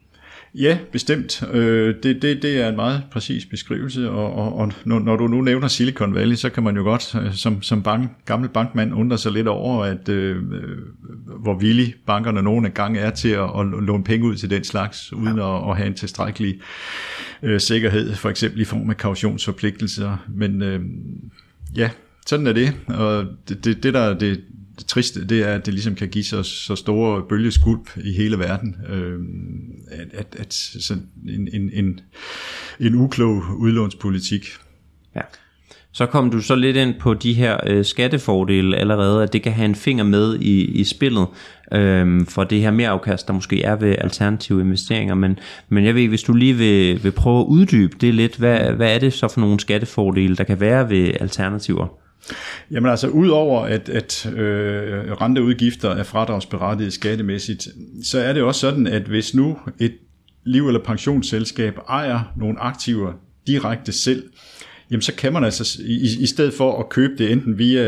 Ja, bestemt. Øh, det, det, det er en meget præcis beskrivelse, og, og, og når, når du nu nævner Silicon Valley, så kan man jo godt som, som bank, gammel bankmand undre sig lidt over, at øh, hvor villige bankerne nogle gange er til at, at låne penge ud til den slags, uden ja. at, at have en tilstrækkelig øh, sikkerhed, for eksempel i form af kautionsforpligtelser. Men øh, ja, sådan er det, og det, det, det der er det Det triste, det er, at det ligesom kan give så, så store bølgeskvulp i hele verden, øh, at, at, at sådan en, en, en, en uklog udlånspolitik. Ja. Så kom du så lidt ind på de her øh, skattefordele allerede, at det kan have en finger med i, i spillet øh, for det her merafkast, der måske er ved alternative investeringer. Men, men jeg ved, hvis du lige vil, vil prøve at uddybe det lidt, hvad, hvad er det så for nogle skattefordele, der kan være ved alternativer? Jamen altså, udover at, at øh, renteudgifter er fradragsberettiget skattemæssigt, så er det også sådan, at hvis nu et liv- eller pensionsselskab ejer nogle aktiver direkte selv, jamen så kan man altså, i, i stedet for at købe det enten via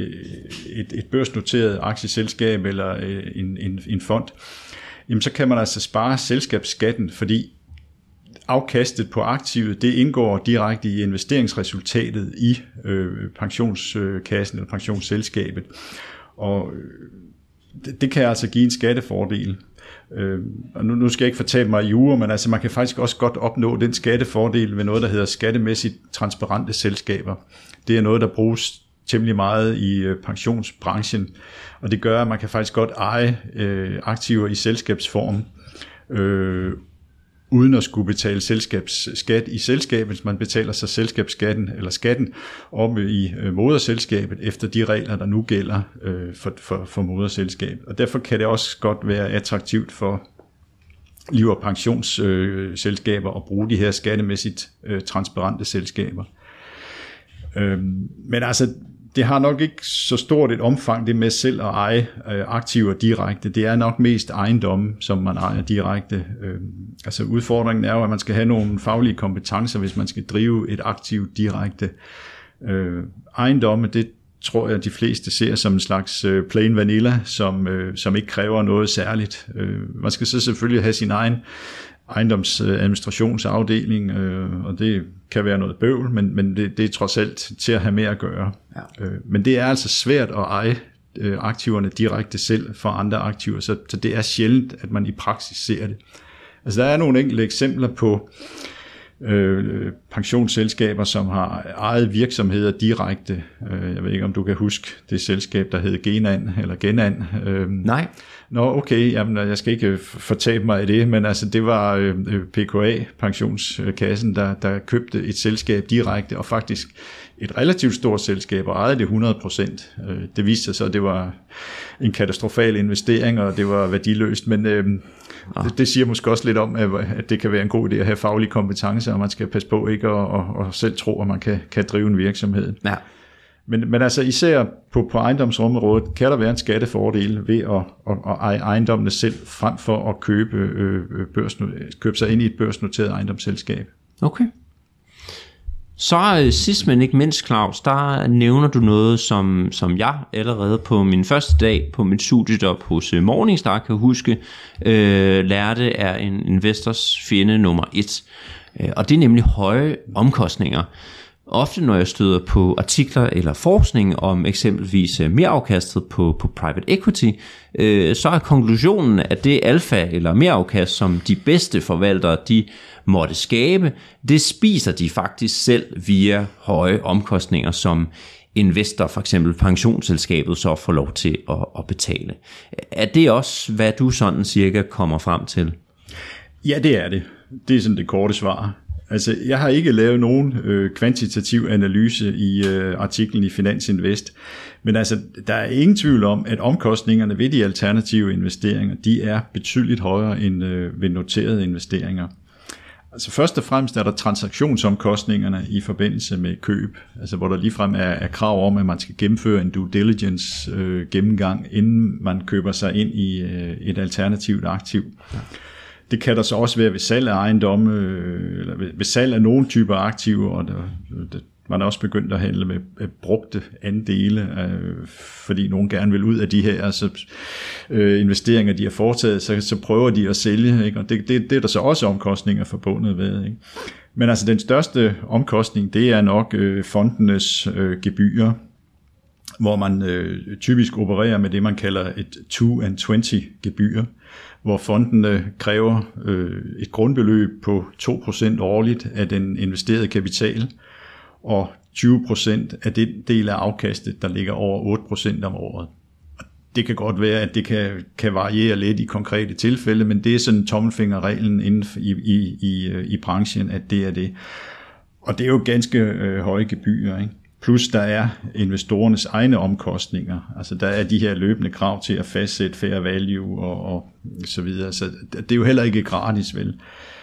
et, et børsnoteret aktieselskab eller en, en, en fond, jamen så kan man altså spare selskabsskatten, fordi afkastet på aktivet, det indgår direkte i investeringsresultatet i øh, pensionskassen eller pensionsselskabet. Og det, det kan altså give en skattefordel. Øh, og nu, nu skal jeg ikke fortælle mig i jure, men altså man kan faktisk også godt opnå den skattefordel ved noget, der hedder skattemæssigt transparente selskaber. Det er noget, der bruges temmelig meget i øh, pensionsbranchen, og det gør, at man kan faktisk godt eje øh, aktiver i selskabsform, øh, uden at skulle betale selskabsskat i selskabet. Man betaler så selskabsskatten eller skatten oppe i øh, moderselskabet efter de regler, der nu gælder øh, for, for, for moderselskabet. Og derfor kan det også godt være attraktivt for liv- og pensionsselskaber øh, at bruge de her skattemæssigt øh, transparente selskaber. Øh, men altså, det har nok ikke så stort et omfang, det med selv at eje øh, aktiver direkte. Det er nok mest ejendomme, som man ejer direkte. Øh, altså udfordringen er jo, at man skal have nogle faglige kompetencer, hvis man skal drive et aktiv direkte. Øh, ejendomme, det tror jeg, de fleste ser som en slags øh, plain vanilla, som, øh, som ikke kræver noget særligt. Øh, man skal så selvfølgelig have sin egen ejendomsadministrationsafdeling, øh, og det kan være noget bøvl, men, men det, det er trods alt til at have med at gøre. Ja. Øh, men det er altså svært at eje øh, aktiverne direkte selv for andre aktiver, så, så det er sjældent, at man i praksis ser det. Altså der er nogle enkelte eksempler på øh, pensionsselskaber, som har ejet virksomheder direkte. Øh, jeg ved ikke, om du kan huske det selskab, der hed Genan, eller Genan. Øh, Nej. Nå, okay, jamen, jeg skal ikke fortabe mig i det, men altså, det var øh, P K A, pensionskassen, der, der købte et selskab direkte, og faktisk et relativt stort selskab, og ejede det hundrede procent. Øh, det viste sig så, at det var en katastrofal investering, og det var værdiløst, men øh, ah. det, det siger måske også lidt om, at, at det kan være en god idé at have faglige kompetencer, og man skal passe på ikke at og, og selv tro, at man kan, kan drive en virksomhed. Ja. Men, men altså især på, på ejendomsområdet kan der være en skattefordel ved at, at, at eje ejendommene selv, frem for at købe, øh, børsnot- købe sig ind i et børsnoteret ejendomsselskab. Okay. Så øh, sidst men ikke mindst, Claus, der nævner du noget, som, som jeg allerede på min første dag på mit studiejob hos øh, Morningstar kan huske, øh, lærte er en investors fjende nummer et. Øh, og det er nemlig høje omkostninger. Ofte når jeg støder på artikler eller forskning om eksempelvis merafkastet på, på private equity, øh, så er konklusionen, at det alfa eller merafkast, som de bedste forvaltere de måtte skabe, det spiser de faktisk selv via høje omkostninger, som investor, for eksempel pensionsselskabet, så får lov til at, at betale. Er det også, hvad du sådan cirka kommer frem til? Ja, det er det. Det er sådan det korte svar. Altså, jeg har ikke lavet nogen øh, kvantitativ analyse i øh, artiklen i Finans Invest, men altså, der er ingen tvivl om, at omkostningerne ved de alternative investeringer, de er betydeligt højere end øh, ved noterede investeringer. Altså først og fremmest er der transaktionsomkostningerne i forbindelse med køb, altså hvor der ligefrem er, er krav om, at man skal gennemføre en due diligence øh, gennemgang, inden man køber sig ind i øh, et alternativt aktiv. Ja. Det kan der så også være ved salg af ejendomme, eller ved salg af nogle typer aktiver, og der, der, man er også begyndt at handle med brugte andele, øh, fordi nogen gerne vil ud af de her altså, øh, investeringer, de har foretaget, så, så prøver de at sælge, ikke? Og det, det, det er der så også omkostninger forbundet ved. Ikke? Men altså den største omkostning, det er nok øh, fondenes øh, gebyrer, hvor man øh, typisk opererer med det, man kalder et to and twenty gebyr, hvor fondene kræver øh, et grundbeløb på to procent årligt af den investerede kapital, og tyve procent af den del af afkastet, der ligger over otte procent om året. Og det kan godt være, at det kan, kan variere lidt i konkrete tilfælde, men det er sådan tommelfingerreglen inden for, i, i, i, i branchen, at det er det. Og det er jo ganske øh, høje gebyrer, ikke? Plus der er investorernes egne omkostninger. Altså der er de her løbende krav til at fastsætte fair value og, og så videre. Så det er jo heller ikke gratis, vel.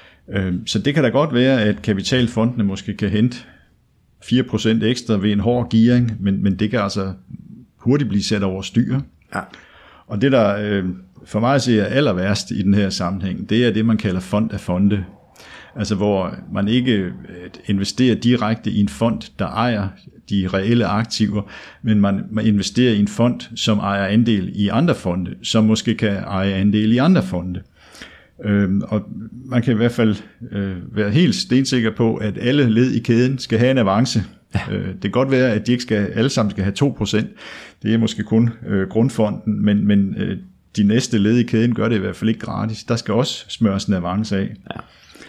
Så det kan da godt være, at kapitalfondene måske kan hente fire procent ekstra ved en hård gearing, men, men det kan altså hurtigt blive sat over styr. Ja. Og det der for mig at se er aller værst i den her sammenhæng, det er det man kalder fond af fonde. Altså hvor man ikke investerer direkte i en fond, der ejer de reelle aktiver, men man, man investerer i en fond, som ejer andel i andre fonde, som måske kan eje andel i andre fonde. Øhm, og man kan i hvert fald øh, være helt stensikker på, at alle led i kæden skal have en avance. Ja. Øh, det kan godt være, at de ikke skal, alle sammen skal have to procent. Det er måske kun øh, grundfonden, men, men øh, de næste led i kæden gør det i hvert fald ikke gratis. Der skal også smøres en avance af. Ja.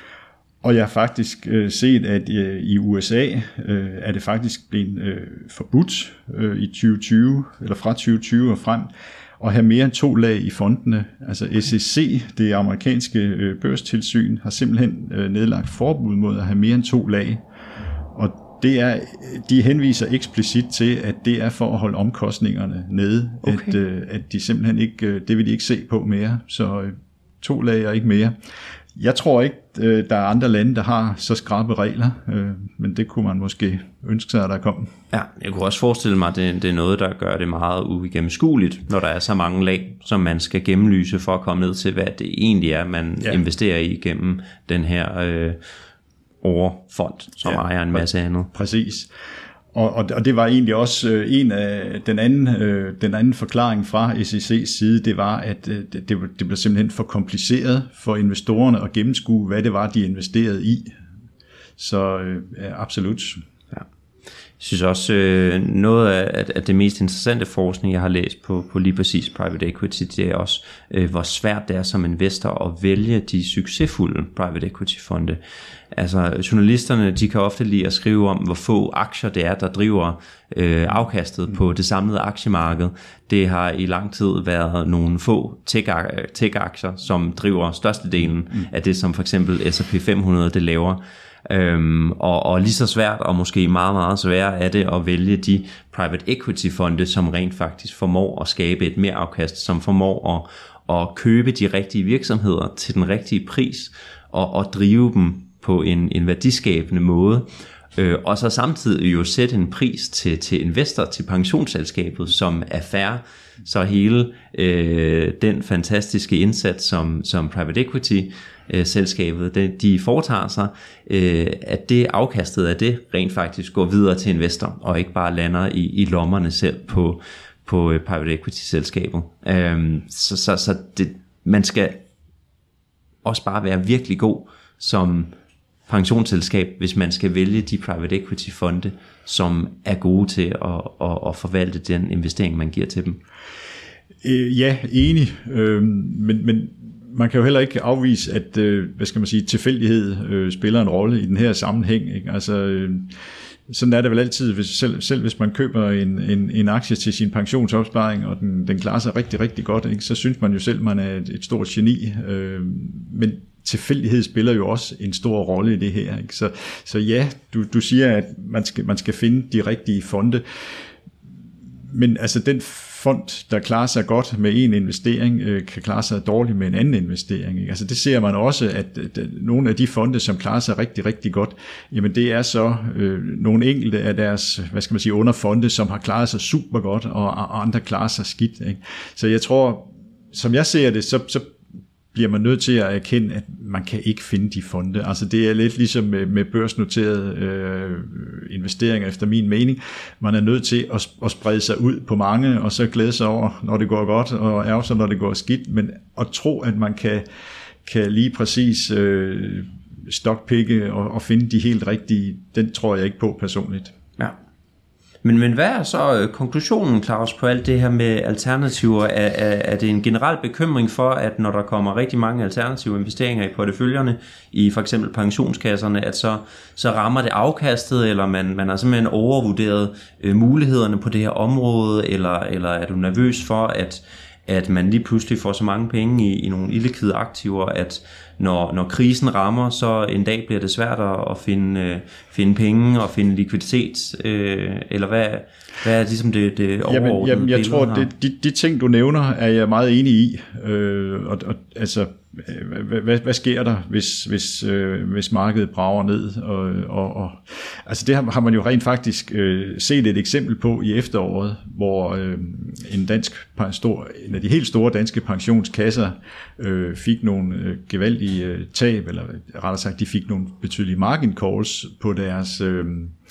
Og jeg har faktisk øh, set, at øh, i U S A øh, er det faktisk blevet øh, forbudt øh, i tyve tyve, eller fra tyve tyve og frem, at have mere end to lag i fondene. Altså S E C, det amerikanske øh, børstilsyn, har simpelthen øh, nedlagt forbud mod at have mere end to lag. Og det er, de henviser eksplicit til, at det er for at holde omkostningerne nede. Okay. At, øh, at de simpelthen ikke, øh, det vil de ikke se på mere. Så øh, to lag og ikke mere. Jeg tror ikke, der er andre lande, der har så skrappe regler, men det kunne man måske ønske sig, at der kom. Ja, jeg kunne også forestille mig, at det, det er noget, der gør det meget uigennemskueligt, når der er så mange lag, som man skal gennemlyse for at komme ned til, hvad det egentlig er, man ja. investerer i gennem den her øh, overfond, som ja, ejer en masse andet. Præcis. Og, og det var egentlig også øh, en af den anden, øh, den anden forklaring fra S E C's side, det var, at øh, det, det blev simpelthen for kompliceret for investorerne at gennemskue, hvad det var, de investerede i. Så øh, ja, absolut. Ja. Jeg synes også, øh, noget af, af det mest interessante forskning, jeg har læst på, på lige præcis private equity, det er også, øh, hvor svært det er som investor at vælge de succesfulde private equity fonde. Altså journalisterne, de kan ofte lide at skrive om, hvor få aktier det er, der driver øh, afkastet på det samlede aktiemarked. Det har i lang tid været nogle få tech-aktier, som driver størstedelen af det, som for eksempel S og P fem hundrede det laver. Øhm, og, og lige så svært, og måske meget, meget sværere er det at vælge de private equity fonde, som rent faktisk formår at skabe et mere afkast, som formår at, at købe de rigtige virksomheder til den rigtige pris, og, og drive dem på en, en værdiskabende måde, øh, og så samtidig jo sætte en pris til, til investor, til pensionsselskabet, som er fair, så hele øh, den fantastiske indsats, som, som private equity øh, selskabet, de, de foretager sig, øh, at det afkastet af det rent faktisk går videre til investor, og ikke bare lander i, i lommerne selv på, på øh, private equity selskabet. Øh, så så, så det, man skal også bare være virkelig god som pensionsselskab, hvis man skal vælge de private equity fonde, som er gode til at, at, at forvalte den investering, man giver til dem. Øh, ja, enig. Øh, men, men man kan jo heller ikke afvise, at øh, hvad skal man sige, tilfældighed øh, spiller en rolle i den her sammenhæng. Ikke? Altså, øh, sådan er det vel altid, hvis, selv, selv hvis man køber en, en, en aktie til sin pensionsopsparing, og den, den klarer sig rigtig, rigtig godt, ikke? Så synes man jo selv, man er et, et stort geni. Øh, men tilfældighed spiller jo også en stor rolle i det her. Ikke? Så, så ja, du, du siger, at man skal, man skal finde de rigtige fonde. Men altså den fond, der klarer sig godt med en investering, øh, kan klare sig dårligt med en anden investering. Ikke? Altså det ser man også, at, at nogle af de fonde, som klarer sig rigtig, rigtig godt, jamen det er så øh, nogle enkelte af deres, hvad skal man sige, underfonde, som har klaret sig super godt, og, og andre klarer sig skidt. Ikke? Så jeg tror, som jeg ser det, så, så bliver man nødt til at erkende, at man kan ikke finde de fonde. Altså det er lidt ligesom med, med børsnoterede øh, investeringer efter min mening. Man er nødt til at, at sprede sig ud på mange, og så glæde sig over, når det går godt, og ærge sig, når det går skidt. Men at tro, at man kan, kan lige præcis øh, stockpikke og, og finde de helt rigtige, den tror jeg ikke på personligt. Ja. Men, men hvad er så konklusionen, Claus, på alt det her med alternativer? Er, er, er det en generel bekymring for, at når der kommer rigtig mange alternative investeringer i porteføljerne, i for eksempel pensionskasserne, at så, så rammer det afkastet, eller man, man har simpelthen overvurderet øh, mulighederne på det her område, eller, eller er du nervøs for, at, at man lige pludselig får så mange penge i, i nogle illikvide aktiver, at når, når krisen rammer, så en dag bliver det svært at finde, øh, finde penge og finde likviditet, øh, eller hvad, hvad er ligesom det, det overordnede? Jamen, jamen, jeg tror, det, de, de ting, du nævner, er jeg meget enig i. Øh, og, og, altså, hvad, hvad, hvad sker der, hvis, hvis, øh, hvis markedet brager ned? Og, og, og, altså det har, har man jo rent faktisk øh, set et eksempel på i efteråret, hvor øh, en dansk stor, en af de helt store danske pensionskasser øh, fik nogle øh, gevaldige øh, tab, eller rettere sagt, de fik nogle betydelige margin calls på deres øh,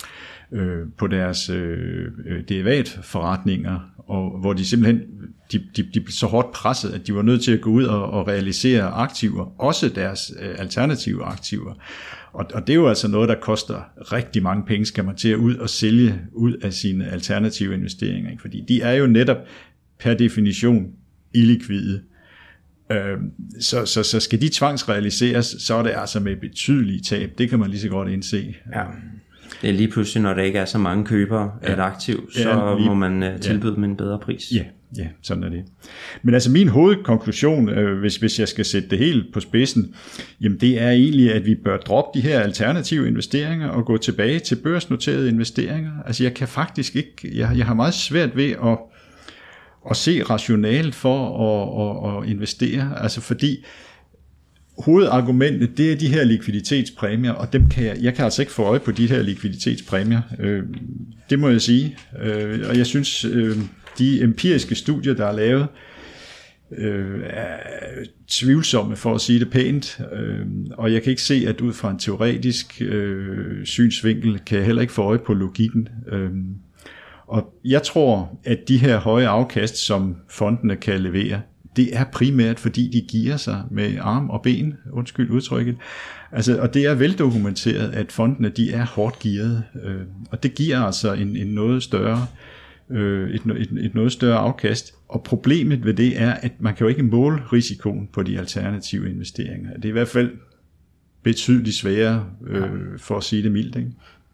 øh, på deres øh, derivatforretninger, og hvor de simpelthen de, de, de blev så hårdt presset, at de var nødt til at gå ud og, og realisere aktiver, også deres øh, alternative aktiver. Og, og det er jo altså noget, der koster rigtig mange penge, skal man til at ud og sælge ud af sine alternative investeringer, ikke? Fordi de er jo netop per definition illikvide. Så, så, så skal de tvangsrealiseres, så er det altså med betydelige tab. Det kan man lige så godt indse. Ja. Det er lige pludselig, når der ikke er så mange købere af et aktiv, så ja, lige, må man tilbyde ja. dem en bedre pris. Ja, ja, sådan er det. Men altså min hovedkonklusion, øh, hvis, hvis jeg skal sætte det helt på spidsen, jamen det er egentlig, at vi bør droppe de her alternative investeringer og gå tilbage til børsnoterede investeringer. Altså jeg kan faktisk ikke, jeg, jeg har meget svært ved at og se rationalet for at, at, at investere, altså fordi hovedargumentet, det er de her likviditetspræmier, og dem kan jeg, jeg kan altså ikke få øje på de her likviditetspræmier, øh, det må jeg sige, øh, og jeg synes, øh, de empiriske studier, der er lavet, øh, er tvivlsomme, for at sige det pænt, øh, og jeg kan ikke se, at ud fra en teoretisk øh, synsvinkel, kan jeg heller ikke få øje på logikken. øh, Og jeg tror, at de her høje afkast, som fondene kan levere, det er primært, fordi de giver sig med arm og ben, undskyld udtrykket. Altså, og det er veldokumenteret, at fondene de er hårdt gearet, øh, og det giver altså en, en noget større, øh, et, et, et noget større afkast. Og problemet ved det er, at man kan jo ikke måle risikoen på de alternative investeringer. Det er i hvert fald betydeligt sværere, øh, for at sige det mildt, ikke?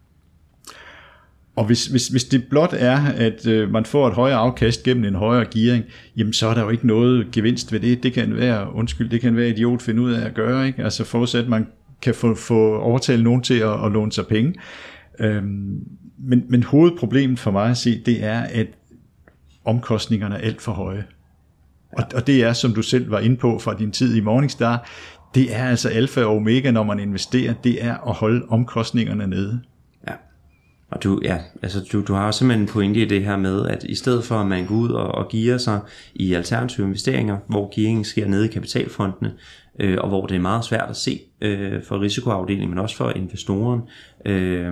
Og hvis, hvis, hvis det blot er, at øh, man får et højere afkast gennem en højere gearing, jamen så er der jo ikke noget gevinst ved det. Det kan være, undskyld, det kan være idiot finde ud af at gøre, ikke? Altså forudsat, at man kan få, få overtale nogen til at, at låne sig penge. Øhm, men, men hovedproblemet for mig at se, det er, at omkostningerne er alt for høje. Og, og det er, som du selv var inde på fra din tid i Morningstar, det er altså alfa og omega, når man investerer, det er at holde omkostningerne nede. Og du, ja, altså du, du har simpelthen en pointe i det her med, at i stedet for at man går ud og, og gearer sig i alternative investeringer, hvor gearingen sker nede i kapitalfondene, øh, og hvor det er meget svært at se øh, for risikoafdelingen, men også for investoren, øh,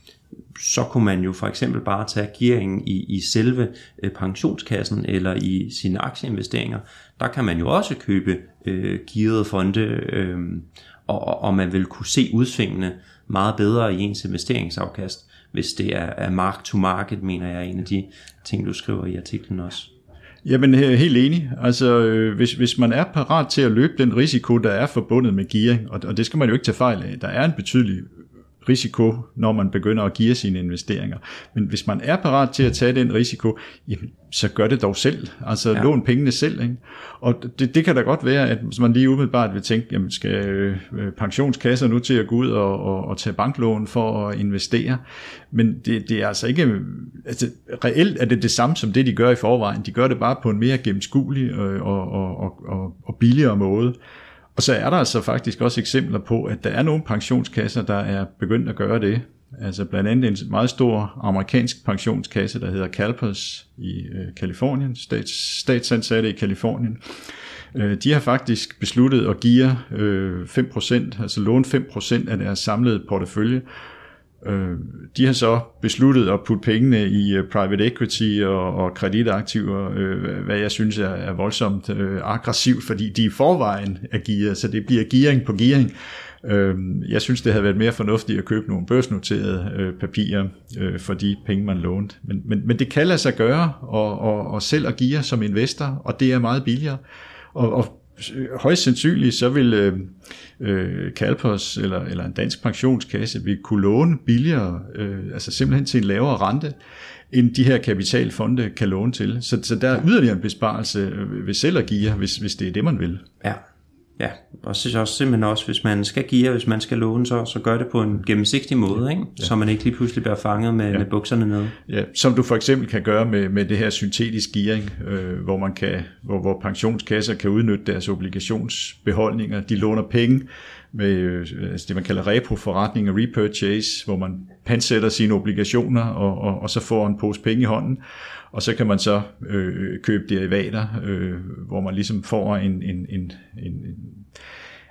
så kunne man jo for eksempel bare tage gearingen i, i selve øh, pensionskassen eller i sine aktieinvesteringer. Der kan man jo også købe øh, gearede fonde, øh, og, og man vil kunne se udsvingene meget bedre i ens investeringsafkast, hvis det er, er mark to market, mener jeg er en af de ting, du skriver i artiklen også. Jamen helt enig. Altså øh, hvis, hvis man er parat til at løbe den risiko, der er forbundet med gearing, og, og det skal man jo ikke tage fejl af, der er en betydelig risiko, når man begynder at geare sine investeringer. Men hvis man er parat til at tage den risiko, jamen, så gør det dog selv. Altså ja. Lån pengene selv, ikke? Og det, det kan da godt være, at man lige umiddelbart vil tænke, jamen skal øh, pensionskasser nu til at gå ud og, og, og tage banklån for at investere? Men det, det er altså ikke, altså reelt er det det samme som det, de gør i forvejen. De gør det bare på en mere gennemskuelig og, og, og, og, og billigere måde. Og så er der altså faktisk også eksempler på, at der er nogle pensionskasser, der er begyndt at gøre det. Altså blandt andet en meget stor amerikansk pensionskasse, der hedder CalPERS i øh, Kalifornien, stats, statsansatte i Kalifornien. Øh, de har faktisk besluttet at geare øh, fem procent, altså låne fem procent af deres samlede portefølje. Øh, de har så besluttet at putte pengene i uh, private equity og, og kreditaktiver, øh, hvad jeg synes er, er voldsomt øh, aggressivt, fordi de i forvejen er gearet, så det bliver gearing på gearing. Øh, jeg synes, det havde været mere fornuftigt at købe nogle børsnoterede øh, papirer øh, for de penge, man lånte. Men, men, men det kan lade sig gøre, og, og, og selv at geare som investor, og det er meget billigere. Og, og højst sandsynligt så vil øh, øh, CalPERS eller, eller en dansk pensionskasse vil kunne låne billigere, øh, altså simpelthen til en lavere rente, end de her kapitalfonde kan låne til. Så, så der er yderligere en besparelse ved selv at geare, hvis, hvis det er det, man vil. Ja, ja. Og så også simpelthen også, hvis man skal geare, hvis man skal låne, så, så gør det på en gennemsigtig måde, ikke? Ja. Så man ikke lige pludselig bliver fanget med, ja. med bukserne nede. Ja, som du for eksempel kan gøre med, med det her syntetisk gearing, øh, hvor, man kan, hvor, hvor pensionskasser kan udnytte deres obligationsbeholdninger. De låner penge med øh, altså det, man kalder repo-forretning og repurchase, hvor man pansætter sine obligationer og, og, og så får en pose penge i hånden. Og så kan man så øh, købe derivater, øh, hvor man ligesom får en, en, en, en,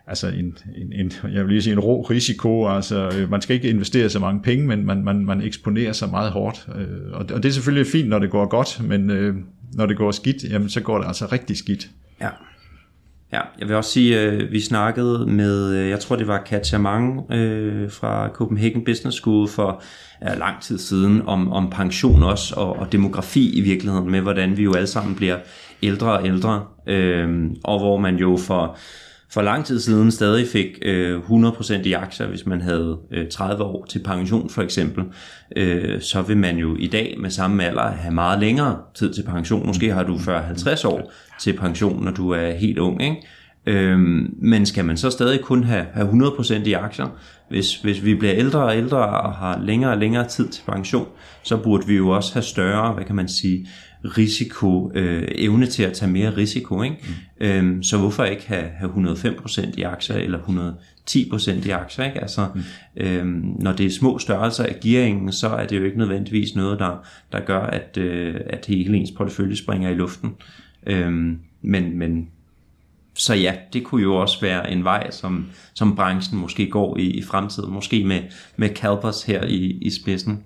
altså en, en, en, jeg vil lige sige en rå risiko, altså man skal ikke investere så mange penge, men man, man, man eksponerer sig meget hårdt, og, og det er selvfølgelig fint, når det går godt, men øh, når det går skidt, jamen så går det altså rigtig skidt. Ja. Ja, jeg vil også sige, at øh, vi snakkede med, øh, jeg tror det var Katja Mang øh, fra Copenhagen Business School for øh, lang tid siden, om, om pension også, og, og demografi i virkeligheden, med hvordan vi jo alle sammen bliver ældre og ældre, øh, og hvor man jo for, for lang tid siden stadig fik øh, hundrede procent i aktier, hvis man havde øh, tredive år til pension for eksempel, øh, så vil man jo i dag med samme alder have meget længere tid til pension. Måske har du fyrre til halvtreds år til pension, når du er helt ung, ikke? Øhm, men skal man så stadig kun have, have hundrede procent i aktier? Hvis, hvis vi bliver ældre og ældre og har længere og længere tid til pension, så burde vi jo også have større, hvad kan man sige, risiko, øh, evne til at tage mere risiko, ikke? Mm. Øhm, så hvorfor ikke have, have hundrede og fem procent i aktier eller hundrede og ti procent i aktier, ikke? Altså, mm. øhm, når det er små størrelser af gearingen, så er det jo ikke nødvendigvis noget, der, der gør, at, øh, at hele ens portefølje springer i luften. Øhm, men, men så ja, det kunne jo også være en vej, som, som branchen måske går i, i fremtiden, måske med, med CalPERS her i, i spidsen.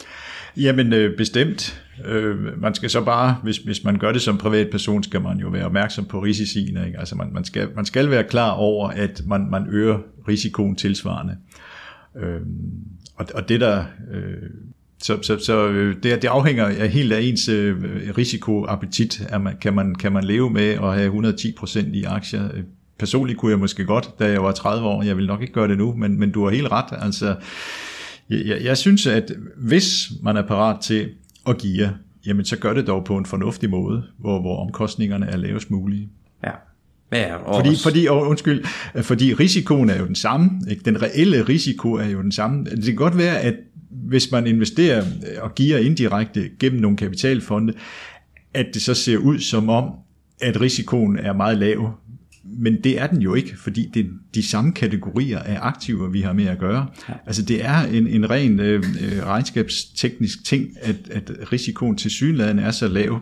Jamen øh, bestemt. Øh, man skal så bare, hvis, hvis man gør det som privatperson, skal man jo være opmærksom på risiciene, ikke? Altså man, man, skal, man skal være klar over, at man, man øger risikoen tilsvarende. Øh, og, og det der... Øh, Så, så, så det, det afhænger af helt af ens øh, risikoappetit. Man, kan, man, kan man leve med at have hundrede og ti procent i aktier? Personligt kunne jeg måske godt, da jeg var tredive år. Jeg vil nok ikke gøre det nu, men, men du har helt ret. Altså, jeg, jeg synes, at hvis man er parat til at geare, jamen så gør det dog på en fornuftig måde, hvor, hvor omkostningerne er lavest mulige. Ja. Ja, fordi, fordi, undskyld, fordi risikoen er jo den samme. Ikke? Den reelle risiko er jo den samme. Det kan godt være, at hvis man investerer og giver indirekte gennem nogle kapitalfonde, at det så ser ud som om, at risikoen er meget lav. Men det er den jo ikke, fordi det er de samme kategorier af aktiver, vi har med at gøre. Ja. Altså det er en, en ren øh, regnskabsteknisk ting, at, at risikoen tilsyneladende er så lav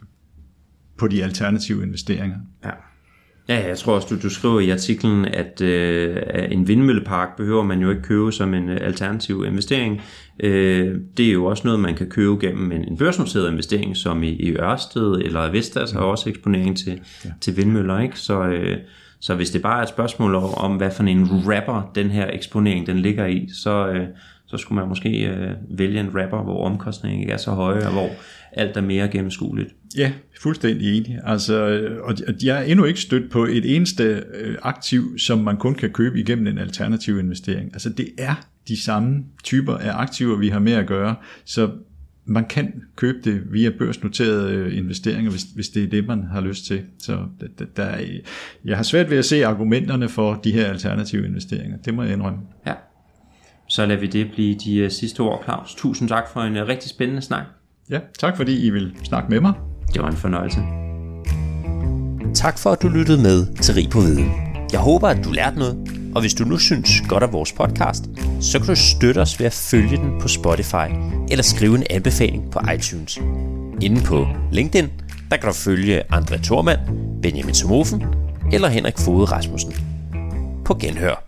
på de alternative investeringer. Ja. Ja, jeg tror også, du, du skriver i artiklen, at øh, en vindmøllepark behøver man jo ikke købe som en alternativ investering. Øh, det er jo også noget, man kan købe gennem en, en børsnoteret investering, som i, i Ørsted eller Vestas har også eksponering til, ja. til vindmøller, ikke? Så, øh, så hvis det bare er et spørgsmål om, hvad for en wrapper den her eksponering den ligger i, så, øh, så skulle man måske øh, vælge en wrapper, hvor omkostningen ikke er så høje, og hvor alt er mere gennemskueligt. Ja, fuldstændig enig. Altså, og jeg er endnu ikke stødt på et eneste aktiv, som man kun kan købe igennem en alternativ investering. Altså det er de samme typer af aktiver, vi har med at gøre, så man kan købe det via børsnoterede investeringer, hvis, hvis det er det, man har lyst til. Så der, der er, jeg har svært ved at se argumenterne for de her alternative investeringer. Det må jeg indrømme. Ja. Så lader vi det blive de sidste ord, Claus. Tusind tak for en rigtig spændende snak. Ja, tak fordi I vil snakke med mig. Det var en fornøjelse. Tak for at du lyttede med til Rig på Viden. Jeg håber at du lærte noget, og hvis du nu synes godt af vores podcast, så kan du støtte os ved at følge den på Spotify eller skrive en anbefaling på iTunes. Inde på LinkedIn, der kan du følge André Thormand, Benjamin Somofen eller Henrik Foged Rasmussen. På genhør.